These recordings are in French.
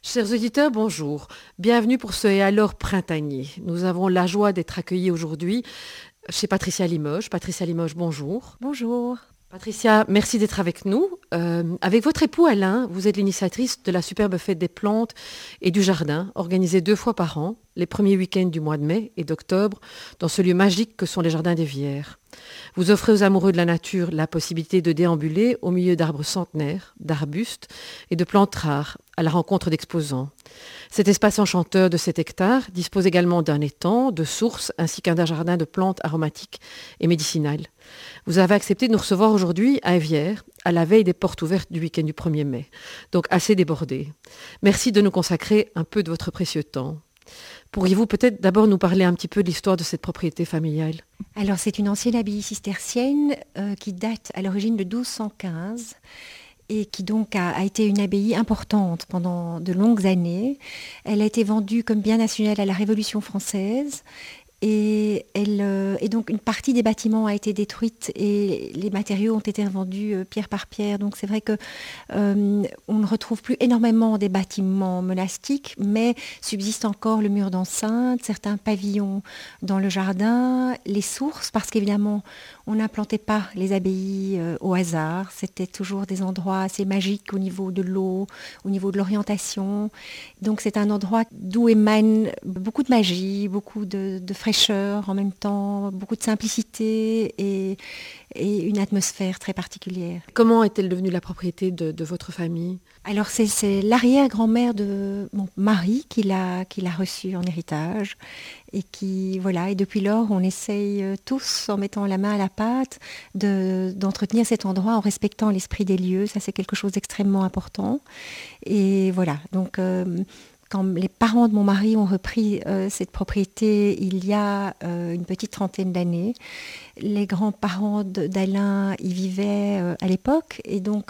Chers auditeurs, bonjour. Bienvenue pour ce Et alors printanier. Nous avons la joie d'être accueillis aujourd'hui chez Patricia Limoges. Patricia Limoges, bonjour. Bonjour. Patricia, merci d'être avec nous. Avec votre époux Alain, vous êtes l'initiatrice de la superbe fête des plantes et du jardin, organisée 2 fois par an, les premiers week-ends du mois de mai et d'octobre, dans ce lieu magique que sont les jardins des Vières. Vous offrez aux amoureux de la nature la possibilité de déambuler au milieu d'arbres centenaires, d'arbustes et de plantes rares, à la rencontre d'exposants. Cet espace enchanteur de 7 hectares dispose également d'un étang, de sources, ainsi qu'un jardin de plantes aromatiques et médicinales. Vous avez accepté de nous recevoir aujourd'hui à Évières, à la veille des portes ouvertes du week-end du 1er mai, donc assez débordé. Merci de nous consacrer un peu de votre précieux temps. Pourriez-vous peut-être d'abord nous parler un petit peu de l'histoire de cette propriété familiale ? Alors c'est une ancienne abbaye cistercienne qui date à l'origine de 1215 et qui donc a été une abbaye importante pendant de longues années. Elle a été vendue comme bien national à la Révolution française. Et donc une partie des bâtiments a été détruite et les matériaux ont été revendus pierre par pierre. Donc c'est vrai que on ne retrouve plus énormément des bâtiments monastiques, mais subsiste encore le mur d'enceinte, certains pavillons dans le jardin, les sources, parce qu'évidemment on n'implantait pas les abbayes au hasard. C'était toujours des endroits assez magiques au niveau de l'eau, au niveau de l'orientation. Donc c'est un endroit d'où émane beaucoup de magie, beaucoup de fraîcheur en même temps, beaucoup de simplicité et une atmosphère très particulière. Comment est-elle devenue la propriété de votre famille ? Alors c'est l'arrière-grand-mère de mon mari qui l'a reçue en héritage et et depuis lors on essaye tous en mettant la main à la pâte d'entretenir cet endroit en respectant l'esprit des lieux. Ça c'est quelque chose d'extrêmement important. Et voilà, donc quand les parents de mon mari ont repris cette propriété il y a une petite trentaine d'années, les grands-parents d'Alain y vivaient à l'époque et donc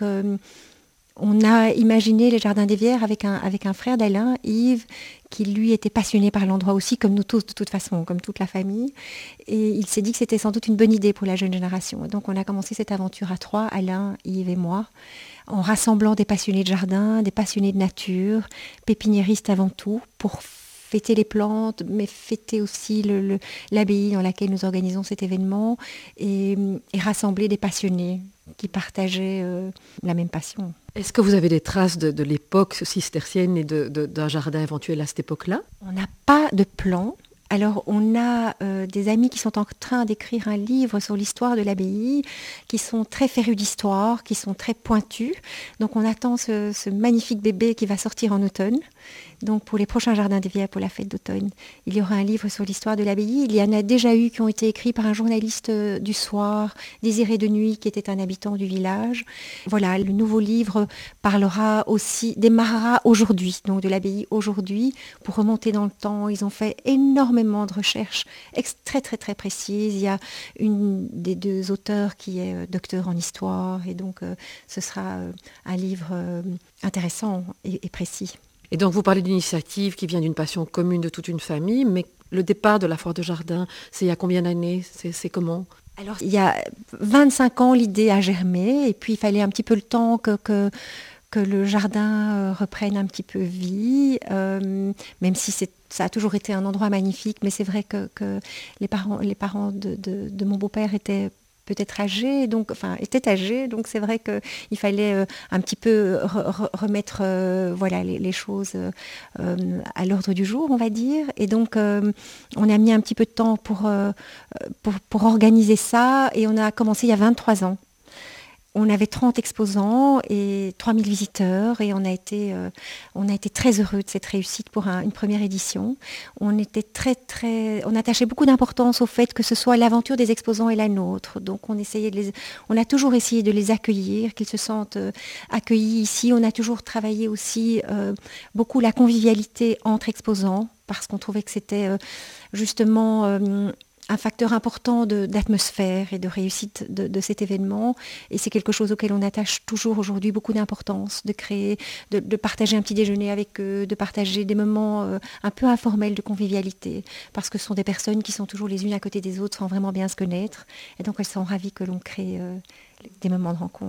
on a imaginé les Jardins des Vières avec un frère d'Alain, Yves, qui lui était passionné par l'endroit aussi, comme nous tous de toute façon, comme toute la famille. Et il s'est dit que c'était sans doute une bonne idée pour la jeune génération. Et donc on a commencé cette aventure à 3, Alain, Yves et moi, en rassemblant des passionnés de jardin, des passionnés de nature, pépiniéristes avant tout, pour fêter les plantes, mais fêter aussi l'abbaye dans laquelle nous organisons cet événement et rassembler des passionnés qui partageaient la même passion. Est-ce que vous avez des traces de l'époque cistercienne et d'un jardin éventuel à cette époque-là ? On n'a pas de plan. Alors, on a des amis qui sont en train d'écrire un livre sur l'histoire de l'abbaye, qui sont très férus d'histoire, qui sont très pointus. Donc, on attend ce magnifique bébé qui va sortir en automne. Donc, pour les prochains Jardins des Vières, pour la fête d'automne, il y aura un livre sur l'histoire de l'abbaye. Il y en a déjà eu qui ont été écrits par un journaliste du soir, Désiré de Nuit, qui était un habitant du village. Voilà, le nouveau livre démarrera aujourd'hui, donc de l'abbaye aujourd'hui, pour remonter dans le temps. Ils ont fait énormément de recherches très très très précises. Il y a une des 2 auteurs qui est docteur en histoire, et donc ce sera un livre intéressant et précis. Et donc vous parlez d'une initiative qui vient d'une passion commune de toute une famille, mais le départ de la foire de jardin, c'est il y a combien d'années ? C'est comment ? Alors il y a 25 ans, l'idée a germé, et puis il fallait un petit peu le temps que le jardin reprenne un petit peu vie, même si ça a toujours été un endroit magnifique, mais c'est vrai que les parents de mon beau-père étaient peut-être âgés, donc c'est vrai qu'il fallait un petit peu remettre les choses à l'ordre du jour, on va dire. Et donc, on a mis un petit peu de temps pour organiser ça, et on a commencé il y a 23 ans. On avait 30 exposants et 3000 visiteurs et on a été très heureux de cette réussite pour une première édition. On attachait beaucoup d'importance au fait que ce soit l'aventure des exposants et la nôtre. Donc on a toujours essayé de les accueillir, qu'ils se sentent accueillis ici. On a toujours travaillé aussi beaucoup la convivialité entre exposants parce qu'on trouvait que c'était justement un facteur important d'atmosphère et de réussite de cet événement. Et c'est quelque chose auquel on attache toujours aujourd'hui beaucoup d'importance, de créer, de partager un petit déjeuner avec eux, de partager des moments un peu informels de convivialité, parce que ce sont des personnes qui sont toujours les unes à côté des autres sans vraiment bien se connaître. Et donc elles sont ravies que l'on crée des moments de rencontre.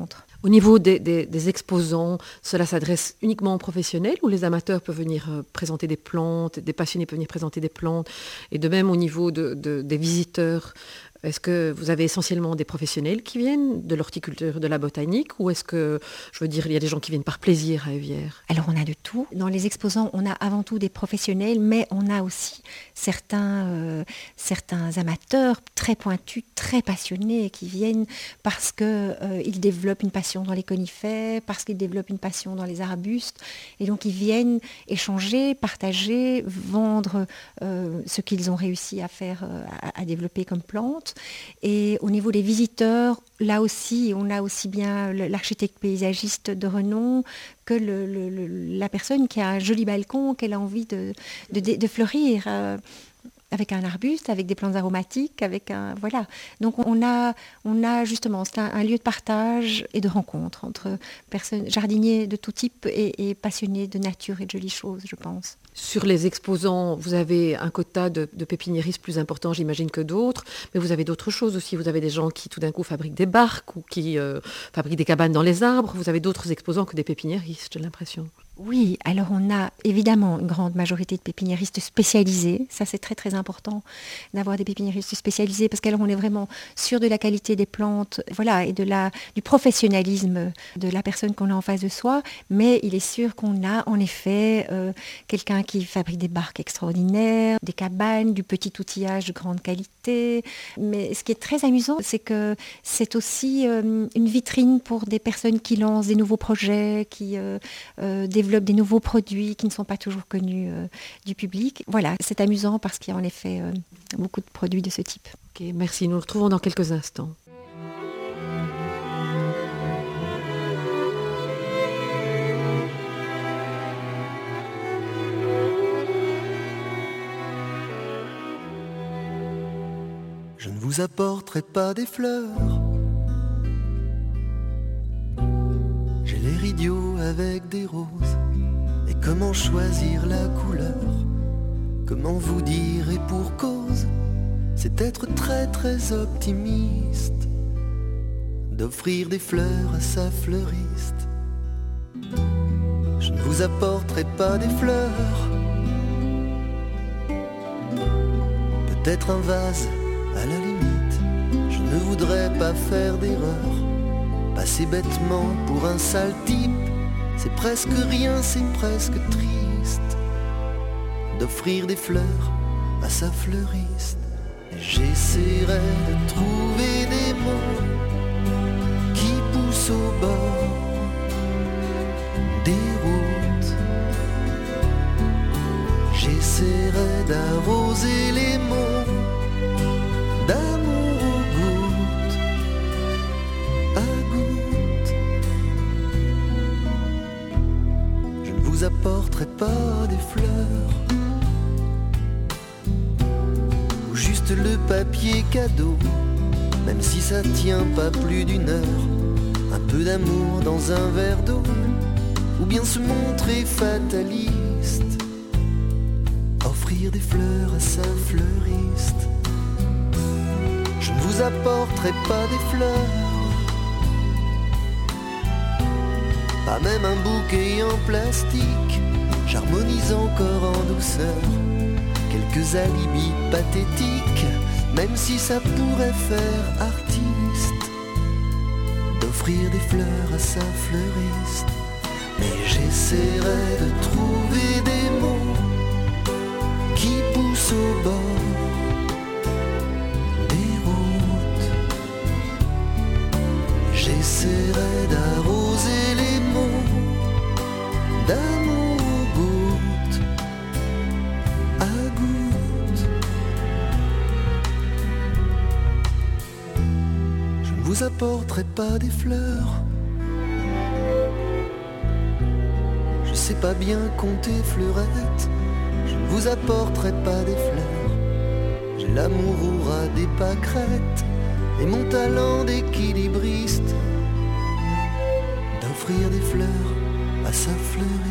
Au niveau des exposants, cela s'adresse uniquement aux professionnels ou les amateurs peuvent venir présenter des plantes, des passionnés peuvent venir présenter des plantes? Et de même au niveau des visiteurs, est-ce que vous avez essentiellement des professionnels qui viennent de l'horticulture, de la botanique, ou est-ce que, je veux dire, il y a des gens qui viennent par plaisir à Evière? Alors on a de tout. Dans les exposants, on a avant tout des professionnels, mais on a aussi certains amateurs très pointus, très passionnés, qui viennent parce qu'ils développent une passion dans les conifères, parce qu'ils développent une passion dans les arbustes, et donc ils viennent échanger, partager, vendre ce qu'ils ont réussi à faire, à développer comme plantes. Et au niveau des visiteurs, là aussi, on a aussi bien l'architecte paysagiste de renom que la personne qui a un joli balcon, qu'elle a envie de fleurir. Avec un arbuste, avec des plantes aromatiques, voilà. Donc on a justement, c'est un lieu de partage et de rencontre entre personnes, jardiniers de tout type et passionnés de nature et de jolies choses, je pense. Sur les exposants, vous avez un quota de pépiniéristes plus important, j'imagine, que d'autres, mais vous avez d'autres choses aussi. Vous avez des gens qui, tout d'un coup, fabriquent des barques ou qui fabriquent des cabanes dans les arbres. Vous avez d'autres exposants que des pépiniéristes, j'ai l'impression. Oui, alors on a évidemment une grande majorité de pépiniéristes spécialisés. Ça, c'est très très important d'avoir des pépiniéristes spécialisés parce qu'alors on est vraiment sûr de la qualité des plantes, voilà, et du professionnalisme de la personne qu'on a en face de soi. Mais il est sûr qu'on a en effet quelqu'un qui fabrique des barques extraordinaires, des cabanes, du petit outillage de grande qualité. Mais ce qui est très amusant, c'est que c'est aussi une vitrine pour des personnes qui lancent des nouveaux projets, qui développent des nouveaux produits qui ne sont pas toujours connus du public. Voilà, c'est amusant parce qu'il y a en effet beaucoup de produits de ce type. Ok, merci. Nous nous retrouvons dans quelques instants. Je ne vous apporterai pas des fleurs. J'ai l'air idiot avec des roses. Et comment choisir la couleur? Comment vous dire et pour cause? C'est être très très optimiste d'offrir des fleurs à sa fleuriste. Je ne vous apporterai pas des fleurs. Peut-être un vase à la limite. Je ne voudrais pas faire d'erreur. Passer bêtement pour un sale type, c'est presque rien, c'est presque triste d'offrir des fleurs à sa fleuriste. Et j'essaierai de trouver des mots qui poussent au bord des routes. J'essaierai d'arroser les mots d'amour aux gouttes, à gouttes. Je ne vous apporterai pas des fleurs ou juste le papier cadeau, même si ça tient pas plus d'une heure. Un peu d'amour dans un verre d'eau, ou bien se montrer fataliste, offrir des fleurs à sa fleuriste. Je ne vous apporterai pas des fleurs, pas même un bouquet en plastique. J'harmonise encore en douceur quelques alibis pathétiques, même si ça pourrait faire artiste d'offrir des fleurs à sa fleuriste. Mais j'essaierai de trouver des mots qui poussent au bord des routes. J'essaierai d'arroser les mots d'amour aux gouttes, à gouttes. Je ne vous apporterai pas des fleurs. Je sais pas bien compter fleurettes. Je ne vous apporterai pas des fleurs. J'ai l'amour au ras des pâquerettes et mon talent d'équilibriste d'offrir des fleurs à sa fleuriste.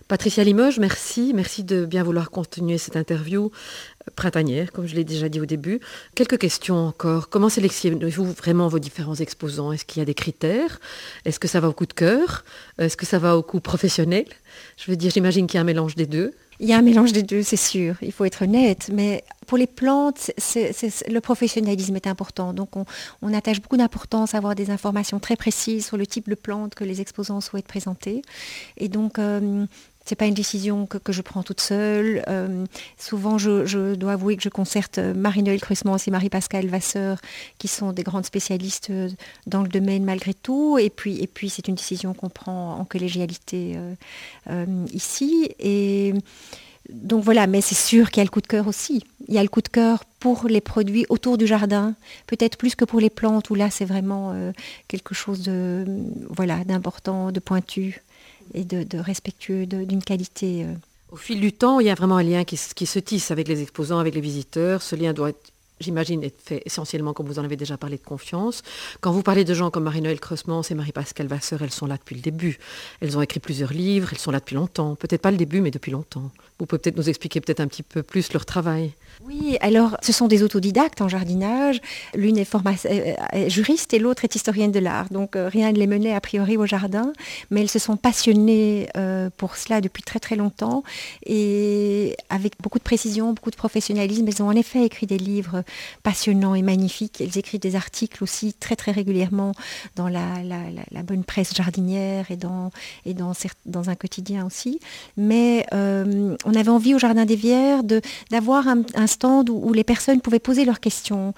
Patricia Limoges, merci. Merci de bien vouloir continuer cette interview printanière, comme je l'ai déjà dit au début. Quelques questions encore. Comment sélectionnez-vous vraiment vos différents exposants? Est-ce qu'il y a des critères? Est-ce que ça va au coup de cœur? Est-ce que ça va au coup professionnel? Je veux dire, j'imagine qu'il y a un mélange des deux. Il y a un mélange des deux, c'est sûr, il faut être honnête, mais pour les plantes, le professionnalisme est important. Donc on attache beaucoup d'importance à avoir des informations très précises sur le type de plante que les exposants souhaitent présenter. Et donc, c'est pas une décision que je prends toute seule. Souvent, je dois avouer que je concerte Marie-Noëlle Crusmans et Marie-Pascale Vasseur, qui sont des grandes spécialistes dans le domaine malgré tout. Et puis c'est une décision qu'on prend en collégialité ici. Et donc voilà, mais c'est sûr qu'il y a le coup de cœur aussi. Il y a le coup de cœur pour les produits autour du jardin, peut-être plus que pour les plantes, où là, c'est vraiment quelque chose d'important, de pointu et de respectueux, d'une qualité. Au fil du temps, il y a vraiment un lien qui se tisse avec les exposants, avec les visiteurs. Ce lien doit être, j'imagine, être fait essentiellement, comme vous en avez déjà parlé, de confiance. Quand vous parlez de gens comme Marie-Noëlle Crusmans et Marie-Pascale Vasseur, elles sont là depuis le début. Elles ont écrit plusieurs livres, elles sont là depuis longtemps. Peut-être pas le début, mais depuis longtemps. Vous pouvez peut-être nous expliquer peut-être un petit peu plus leur travail. Oui, alors ce sont des autodidactes en jardinage. L'une est juriste et l'autre est historienne de l'art. Donc rien ne les menait a priori au jardin, mais elles se sont passionnées pour cela depuis très très longtemps. Et avec beaucoup de précision, beaucoup de professionnalisme, elles ont en effet écrit des livres passionnants et magnifiques. Elles écrivent des articles aussi très très régulièrement dans la bonne presse jardinière et dans un quotidien aussi. Mais on avait envie au Jardin des Vières d'avoir un stand où les personnes pouvaient poser leurs questions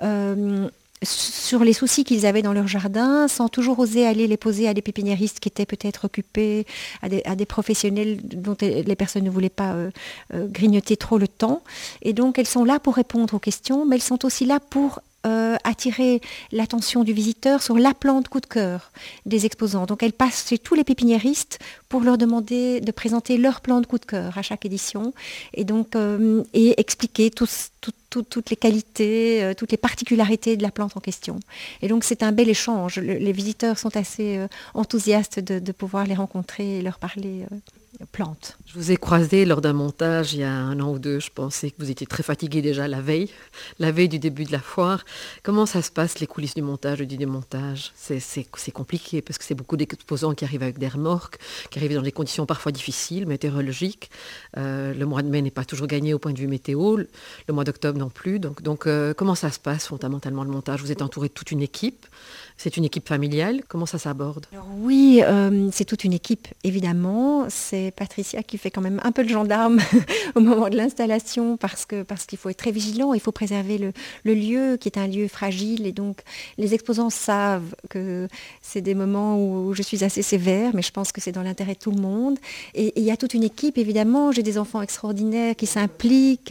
sur les soucis qu'ils avaient dans leur jardin, sans toujours oser aller les poser à des pépiniéristes qui étaient peut-être occupés, à des professionnels dont les personnes ne voulaient pas grignoter trop le temps. Et donc elles sont là pour répondre aux questions, mais elles sont aussi là pour attirer l'attention du visiteur sur la plante coup de cœur des exposants. Donc elles passent chez tous les pépiniéristes pour leur demander de présenter leur plante coup de cœur à chaque édition et donc et expliquer toutes les qualités, toutes les particularités de la plante en question. Et donc c'est un bel échange. Les visiteurs sont assez enthousiastes de pouvoir les rencontrer et leur parler plantes. Je vous ai croisé lors d'un montage il y a 1 an ou 2, je pensais que vous étiez très fatigué déjà la veille du début de la foire. Comment ça se passe, les coulisses du montage, du démontage? C'est compliqué parce que c'est beaucoup d'exposants qui arrivent avec des remorques, qui arrivent dans des conditions parfois difficiles, météorologiques. Le mois de mai n'est pas toujours gagné au point de vue météo, le mois d'octobre non plus. Donc comment ça se passe fondamentalement le montage? Vous êtes entouré de toute une équipe. C'est une équipe familiale. Comment ça s'aborde? Alors oui, c'est toute une équipe, évidemment. C'est Patricia qui fait quand même un peu le gendarme au moment de l'installation parce qu'il faut être très vigilant. Il faut préserver le lieu qui est un lieu fragile. Et donc, les exposants savent que c'est des moments où je suis assez sévère, mais je pense que c'est dans l'intérêt de tout le monde. Et il y a toute une équipe, évidemment. J'ai des enfants extraordinaires qui s'impliquent,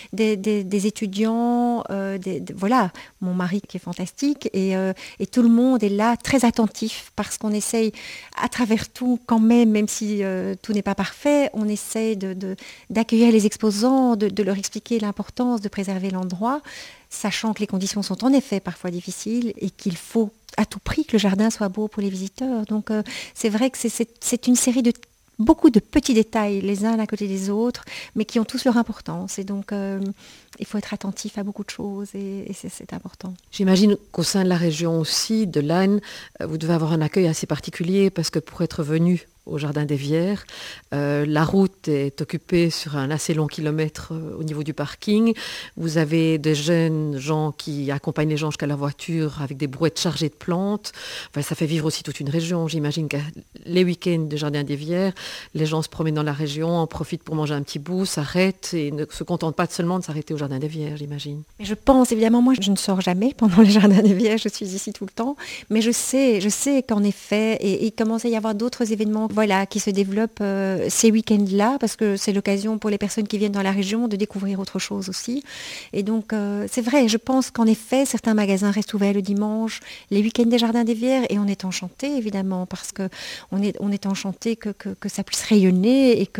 des étudiants, voilà, mon mari qui est fantastique. Et tout le monde est là, très attentif, parce qu'on essaye, à travers tout, quand même si tout n'est pas parfait, on essaye d'accueillir les exposants, de leur expliquer l'importance de préserver l'endroit, sachant que les conditions sont en effet parfois difficiles et qu'il faut à tout prix que le jardin soit beau pour les visiteurs. Donc c'est vrai que c'est une série de beaucoup de petits détails les uns à côté des autres, mais qui ont tous leur importance. Et donc, il faut être attentif à beaucoup de choses et c'est important. J'imagine qu'au sein de la région aussi, de l'Aisne, vous devez avoir un accueil assez particulier parce que pour être venu au Jardin des Vières, la route est occupée sur un assez long kilomètre au niveau du parking. Vous avez des jeunes gens qui accompagnent les gens jusqu'à leur voiture avec des brouettes chargées de plantes. Enfin, ça fait vivre aussi toute une région. J'imagine que les week-ends du Jardin des Vières, les gens se promènent dans la région, en profitent pour manger un petit bout, s'arrêtent et ne se contentent pas seulement de s'arrêter au Jardin des Vières, j'imagine. Mais je pense, évidemment, moi je ne sors jamais pendant le Jardin des Vières, je suis ici tout le temps, mais je sais qu'en effet, et il commence à y avoir d'autres événements qui se développent ces week-ends-là, parce que c'est l'occasion pour les personnes qui viennent dans la région de découvrir autre chose aussi. Et donc, c'est vrai, je pense qu'en effet, certains magasins restent ouverts le dimanche, les week-ends des Jardins des Vières, et on est enchanté, évidemment, parce qu'on est enchanté que ça puisse rayonner et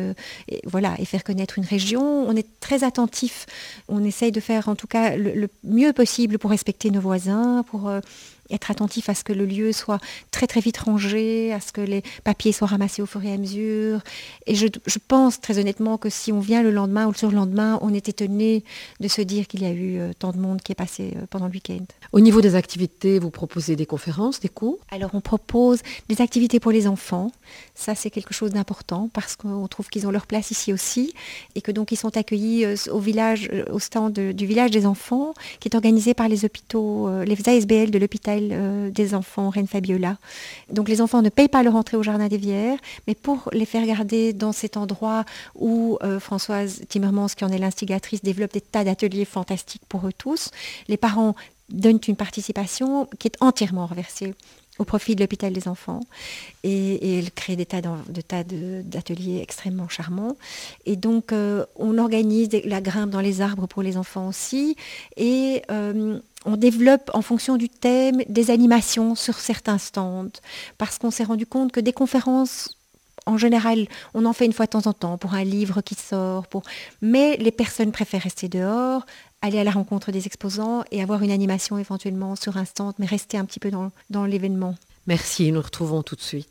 faire connaître une région. On est très attentif, on essaye de faire en tout cas le mieux possible pour respecter nos voisins, être attentif à ce que le lieu soit très très vite rangé, à ce que les papiers soient ramassés au fur et à mesure. Et je pense très honnêtement que si on vient le lendemain ou le surlendemain, on est étonné de se dire qu'il y a eu tant de monde qui est passé pendant le week-end. Au niveau des activités, vous proposez des conférences, des cours? Alors on propose des activités pour les enfants. Ça c'est quelque chose d'important parce qu'on trouve qu'ils ont leur place ici aussi et que donc ils sont accueillis au stand du village des enfants qui est organisé par les hôpitaux, les ASBL de l'hôpital des enfants Reine Fabiola. Donc les enfants ne payent pas leur entrée au Jardin des Vières, mais pour les faire garder dans cet endroit où Françoise Timmermans, qui en est l'instigatrice, développe des tas d'ateliers fantastiques pour eux tous, les parents donnent une participation qui est entièrement reversée au profit de l'hôpital des enfants et elle crée des tas d'ateliers extrêmement charmants. Et donc on organise la grimpe dans les arbres pour les enfants aussi et on développe en fonction du thème des animations sur certains stands parce qu'on s'est rendu compte que des conférences, en général, on en fait une fois de temps en temps pour un livre qui sort, mais les personnes préfèrent rester dehors, aller à la rencontre des exposants et avoir une animation éventuellement sur un stand, mais rester un petit peu dans l'événement. Merci, nous retrouvons tout de suite.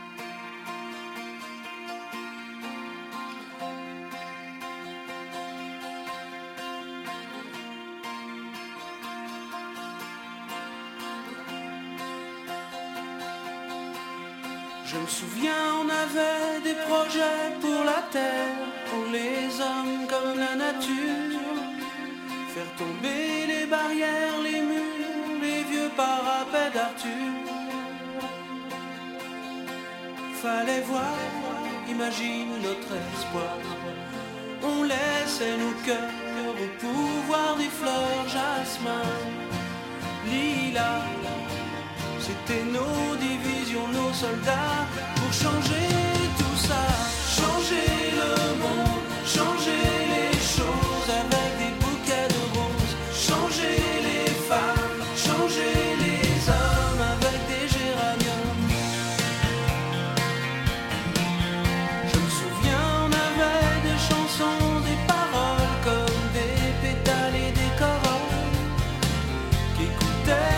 Je me souviens, on avait des projets pour la terre, pour les hommes comme la nature. Faire tomber les barrières, les murs, les vieux parapets d'Arthur. Fallait voir, imagine notre espoir. On laissait nos cœurs au pouvoir des fleurs, jasmin, lilas. C'était nos divisions, nos soldats, pour changer tout ça, changer le monde, changer les choses avec des bouquets de roses, changer les femmes, changer les hommes avec des géraniums. Je me souviens, on avait des chansons, des paroles comme des pétales et des corolles qui écoutaient.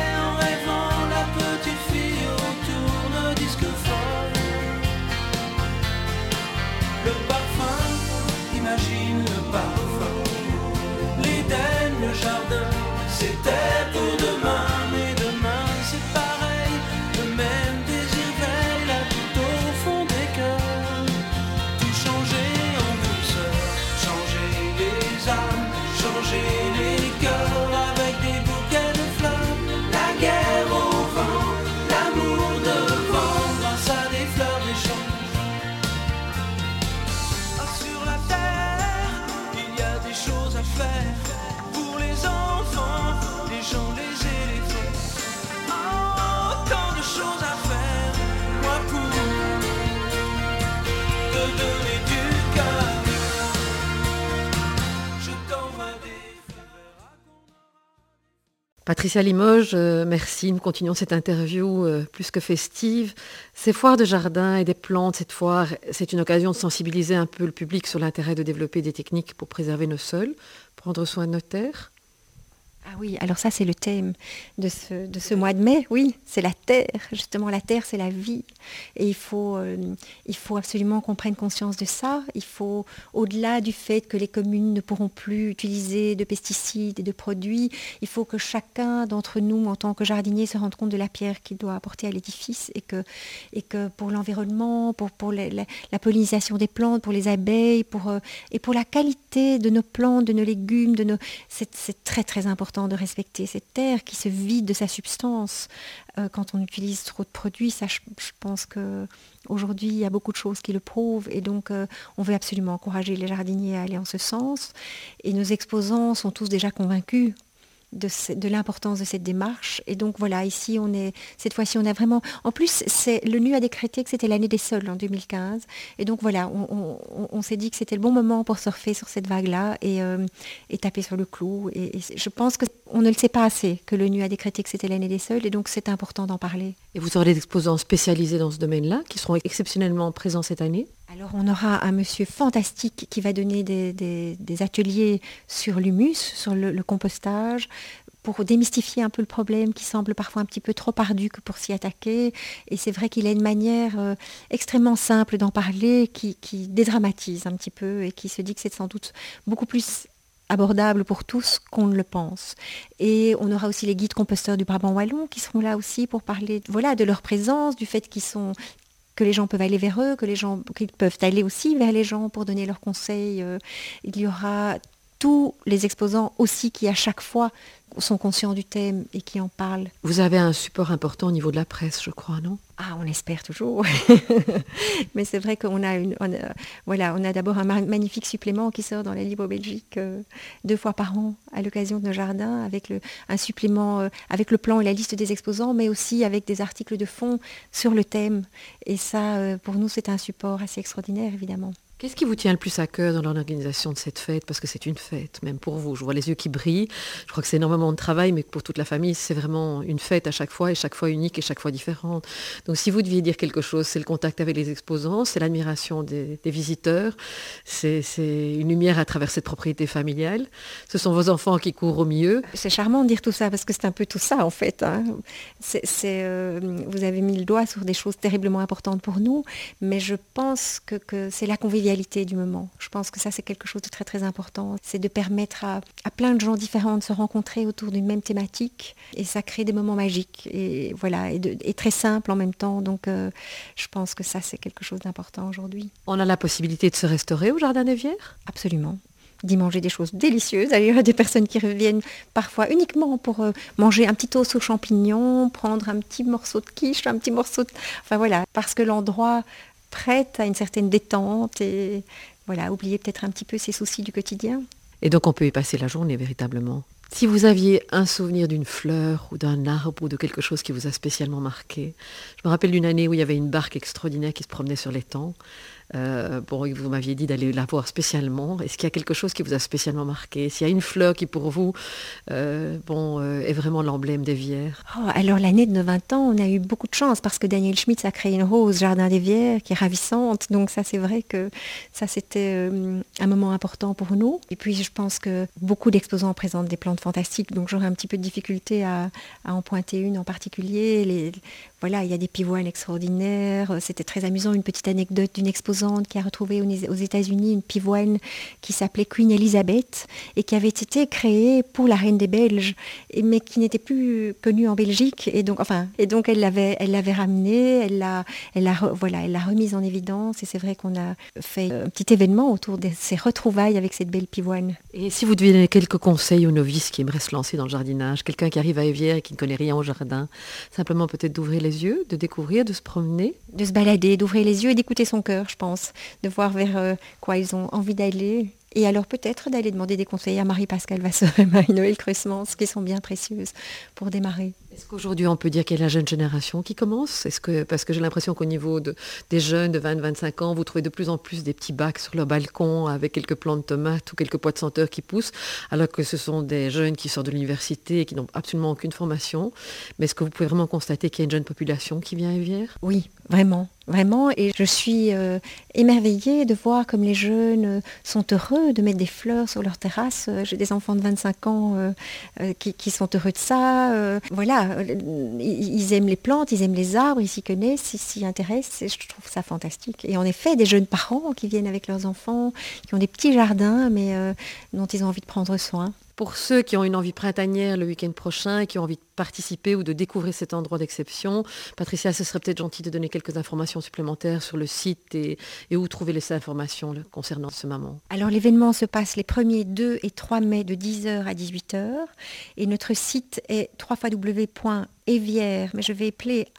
Le parfum, imagine le parfum. L'Éden, le jardin, c'était pour demain. Mais demain c'est pareil, le même désir veille là tout au fond des cœurs. Tout changer en douceur, changer les âmes, changer les cœurs avec des bouquets de fleurs. La guerre au vent, l'amour devant, grâce à des fleurs des champs. Pour les enfants, les gens, les éléphants. Oh, tant de choses à faire, moi pour te donner du cœur. Je t'envoie des fleurs. Patricia Limoges, merci. Nous continuons cette interview plus que festive. Ces foires de jardin et des plantes, cette foire, c'est une occasion de sensibiliser un peu le public sur l'intérêt de développer des techniques pour préserver nos sols, prendre soin de nos terres. Ah oui, alors ça c'est le thème de ce mois de mai, oui, c'est la terre, justement la terre c'est la vie et il faut absolument qu'on prenne conscience de ça, il faut au-delà du fait que les communes ne pourront plus utiliser de pesticides et de produits, il faut que chacun d'entre nous en tant que jardinier se rende compte de la pierre qu'il doit apporter à l'édifice et que pour l'environnement, pour la pollinisation des plantes, pour les abeilles, et pour la qualité de nos plantes, de nos légumes, c'est très très important de respecter cette terre qui se vide de sa substance quand on utilise trop de produits. Ça, je pense qu'aujourd'hui, il y a beaucoup de choses qui le prouvent et donc on veut absolument encourager les jardiniers à aller en ce sens. Et nos exposants sont tous déjà convaincus de l'importance de cette démarche. Et donc voilà, ici, cette fois-ci, on a vraiment... En plus, le NU a décrété que c'était l'année des sols en 2015. Et donc voilà, on s'est dit que c'était le bon moment pour surfer sur cette vague-là et taper sur le clou. Et je pense qu'on ne le sait pas assez, que le NU a décrété que c'était l'année des sols. Et donc c'est important d'en parler. Et vous aurez des exposants spécialisés dans ce domaine-là, qui seront exceptionnellement présents cette année? Alors on aura un monsieur fantastique qui va donner des ateliers sur l'humus, sur le compostage, pour démystifier un peu le problème qui semble parfois un petit peu trop ardu que pour s'y attaquer. Et c'est vrai qu'il a une manière extrêmement simple d'en parler qui dédramatise un petit peu et qui se dit que c'est sans doute beaucoup plus abordable pour tous qu'on ne le pense. Et on aura aussi les guides composteurs du Brabant wallon qui seront là aussi pour parler de leur présence, du fait que les gens peuvent aller vers eux, qu'ils peuvent aller aussi vers les gens pour donner leurs conseils. Il y aura tous les exposants aussi qui à chaque fois sont conscients du thème et qui en parlent. Vous avez un support important au niveau de la presse, je crois, non ? Ah, on espère toujours. Mais c'est vrai qu'on a d'abord un magnifique supplément qui sort dans la Libre Belgique 2 fois par an à l'occasion de nos jardins, avec un supplément avec le plan et la liste des exposants, mais aussi avec des articles de fond sur le thème. Et ça, pour nous, c'est un support assez extraordinaire, évidemment. Qu'est-ce qui vous tient le plus à cœur dans l'organisation de cette fête ? Parce que c'est une fête, même pour vous. Je vois les yeux qui brillent. Je crois que c'est énormément de travail, mais pour toute la famille, c'est vraiment une fête à chaque fois, et chaque fois unique, et chaque fois différente. Donc si vous deviez dire quelque chose, c'est le contact avec les exposants, c'est l'admiration des visiteurs, c'est une lumière à travers cette propriété familiale. Ce sont vos enfants qui courent au milieu. C'est charmant de dire tout ça, parce que c'est un peu tout ça, en fait. Hein. Vous avez mis le doigt sur des choses terriblement importantes pour nous, mais je pense que c'est la convivialité du moment. Je pense que ça, c'est quelque chose de très très important. C'est de permettre à plein de gens différents de se rencontrer autour d'une même thématique, et ça crée des moments magiques et voilà, et très simples en même temps. Donc je pense que ça, c'est quelque chose d'important aujourd'hui. On a la possibilité de se restaurer au Jardin des Vières ? Absolument. D'y manger des choses délicieuses. Il y a des personnes qui reviennent parfois uniquement pour manger un petit toast aux champignons, prendre un petit morceau de quiche, un petit morceau de... Enfin voilà, parce que l'endroit prête à une certaine détente et voilà, oublier peut-être un petit peu ses soucis du quotidien. Et donc on peut y passer la journée véritablement. Si vous aviez un souvenir d'une fleur ou d'un arbre ou de quelque chose qui vous a spécialement marqué, je me rappelle d'une année où il y avait une barque extraordinaire qui se promenait sur l'étang. Vous m'aviez dit d'aller la voir spécialement. Est-ce qu'il y a quelque chose qui vous a spécialement marqué ? S'il y a une fleur qui pour vous est vraiment l'emblème des Vières ? Alors l'année de nos 20 ans, on a eu beaucoup de chance parce que Daniel Schmitz a créé une rose Jardin des Vières qui est ravissante. Donc ça, c'est vrai que ça, c'était un moment important pour nous. Et puis je pense que beaucoup d'exposants présentent des plantes fantastiques. Donc j'aurais un petit peu de difficulté à en pointer une en particulier. Voilà, il y a des pivoines extraordinaires. C'était très amusant, une petite anecdote d'une exposante qui a retrouvé aux États-Unis une pivoine qui s'appelait Queen Elizabeth et qui avait été créée pour la reine des Belges, mais qui n'était plus connue en Belgique. Et donc elle l'avait ramenée, elle l'a remise en évidence. Et c'est vrai qu'on a fait un petit événement autour de ces retrouvailles avec cette belle pivoine. Et si vous deviez donner quelques conseils aux novices qui aimeraient se lancer dans le jardinage, quelqu'un qui arrive à Évière et qui ne connaît rien au jardin, simplement peut-être d'ouvrir les yeux, de découvrir, de se promener, de se balader, d'ouvrir les yeux et d'écouter son cœur, je pense, de voir vers quoi ils ont envie d'aller. Et alors peut-être d'aller demander des conseils à Marie-Pascale Vasseur et Marie-Noël Crusmans, qui sont bien précieuses pour démarrer. Est-ce qu'aujourd'hui on peut dire qu'il y a la jeune génération qui commence ? Parce que j'ai l'impression qu'au niveau des jeunes de 20-25 ans, vous trouvez de plus en plus des petits bacs sur leur balcon avec quelques plants de tomates ou quelques pois de senteur qui poussent, alors que ce sont des jeunes qui sortent de l'université et qui n'ont absolument aucune formation. Mais est-ce que vous pouvez vraiment constater qu'il y a une jeune population qui vient à Évière ? Oui, vraiment. Vraiment, et je suis émerveillée de voir comme les jeunes sont heureux de mettre des fleurs sur leur terrasse. J'ai des enfants de 25 ans qui sont heureux de ça. Voilà, ils aiment les plantes, ils aiment les arbres, ils s'y connaissent, ils s'y intéressent. Et je trouve ça fantastique. Et en effet, des jeunes parents qui viennent avec leurs enfants, qui ont des petits jardins, mais dont ils ont envie de prendre soin. Pour ceux qui ont une envie printanière le week-end prochain et qui ont envie de participer ou de découvrir cet endroit d'exception, Patricia, ce serait peut-être gentil de donner quelques informations supplémentaires sur le site et où trouver les informations concernant ce moment. Alors l'événement se passe les 1er, 2 et 3 mai de 10h à 18h et notre site est www.evière, mais je vais appeler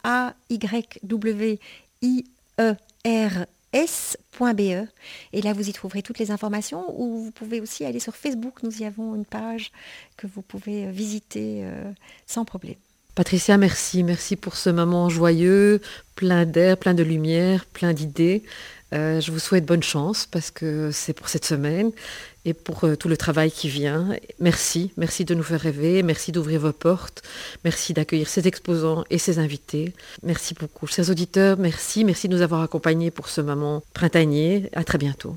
AYWIERS.be et là vous y trouverez toutes les informations ou vous pouvez aussi aller sur Facebook, nous y avons une page que vous pouvez visiter sans problème. Patricia, merci pour ce moment joyeux, plein d'air, plein de lumière, plein d'idées. Je vous souhaite bonne chance parce que c'est pour cette semaine et pour tout le travail qui vient. Merci de nous faire rêver, merci d'ouvrir vos portes, merci d'accueillir ces exposants et ces invités. Merci beaucoup. Chers auditeurs, merci de nous avoir accompagnés pour ce moment printanier. À très bientôt.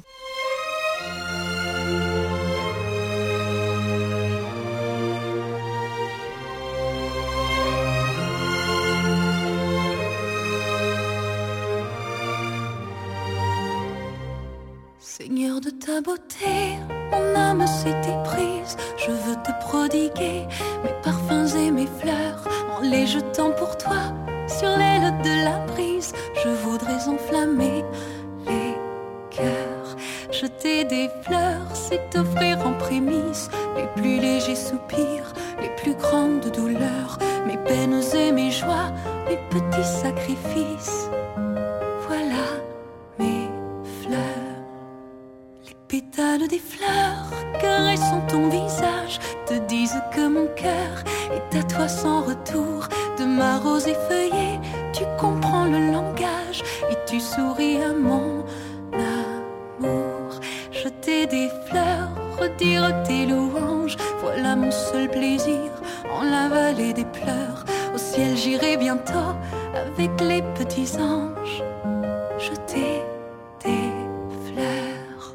ta beauté, mon âme s'est éprise. Je veux te prodiguer mes parfums et mes fleurs, en les jetant pour toi sur l'aile de la brise. Je voudrais enflammer les cœurs. Jeter des fleurs, c'est t'offrir en prémisse les plus légers soupirs, les plus grandes douleurs, mes peines et mes joies, mes petits sacrifices. Voilà mes fleurs. Les pétales des fleurs caressant ton visage te disent que mon cœur est à toi sans retour. De ma rose effeuillée, tu comprends le langage et tu souris à mon amour. Jeter des fleurs, redire tes louanges, voilà mon seul plaisir en la vallée des pleurs. Au ciel j'irai bientôt avec les petits anges. Jeter des fleurs.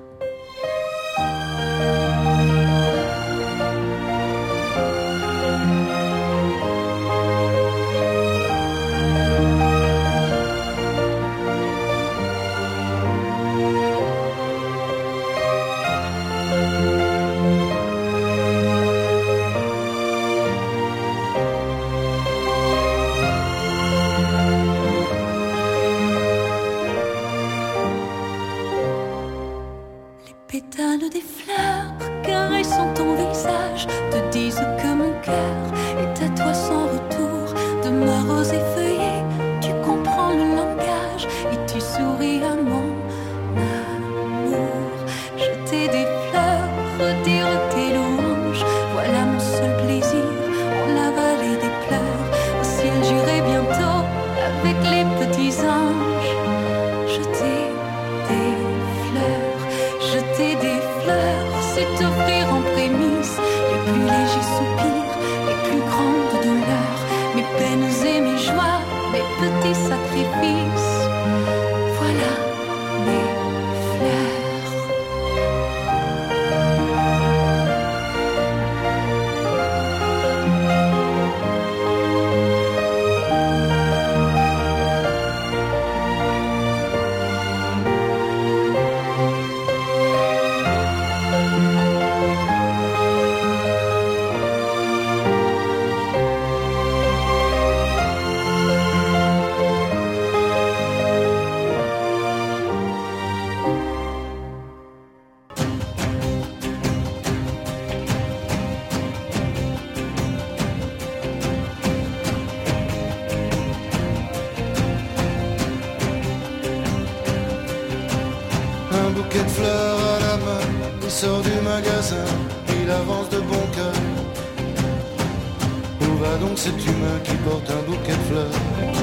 Pétales des fleurs caressant ton visage te disent que mon cœur est à toi sans retour. De ma rose effeuillée, tu comprends le langage et tu souris à mon amour. Jeter des fleurs, redire tes louanges, voilà mon seul plaisir en la vallée des pleurs. Au ciel j'irai bientôt avec les petits anges. Jeter des fleurs. Jeter des fleurs, c'est t'offrir en prémisse les plus légers soupirs, les plus grandes douleurs, mes peines et mes joies, mes petits sacrifices. Voilà mes fleurs. Un bouquet de fleurs à la main, il sort du magasin, il avance de bon cœur. Où va donc cet humain qui porte un bouquet de fleurs?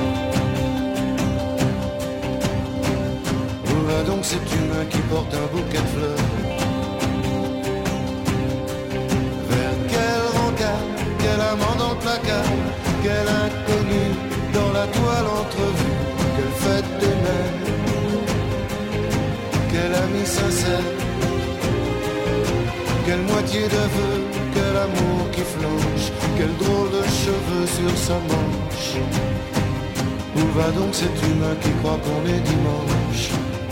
Où va donc cet humain qui porte un bouquet de fleurs? Vers quel rencard, quel amant dans le placard, quel inconnu dans la toile entrevue, quelle fête des mers, quel ami sincère, quelle moitié d'aveu, quel amour qui flanche, quel drôle de cheveux sur sa manche. Où va donc cet humain qui croit qu'on est dimanche?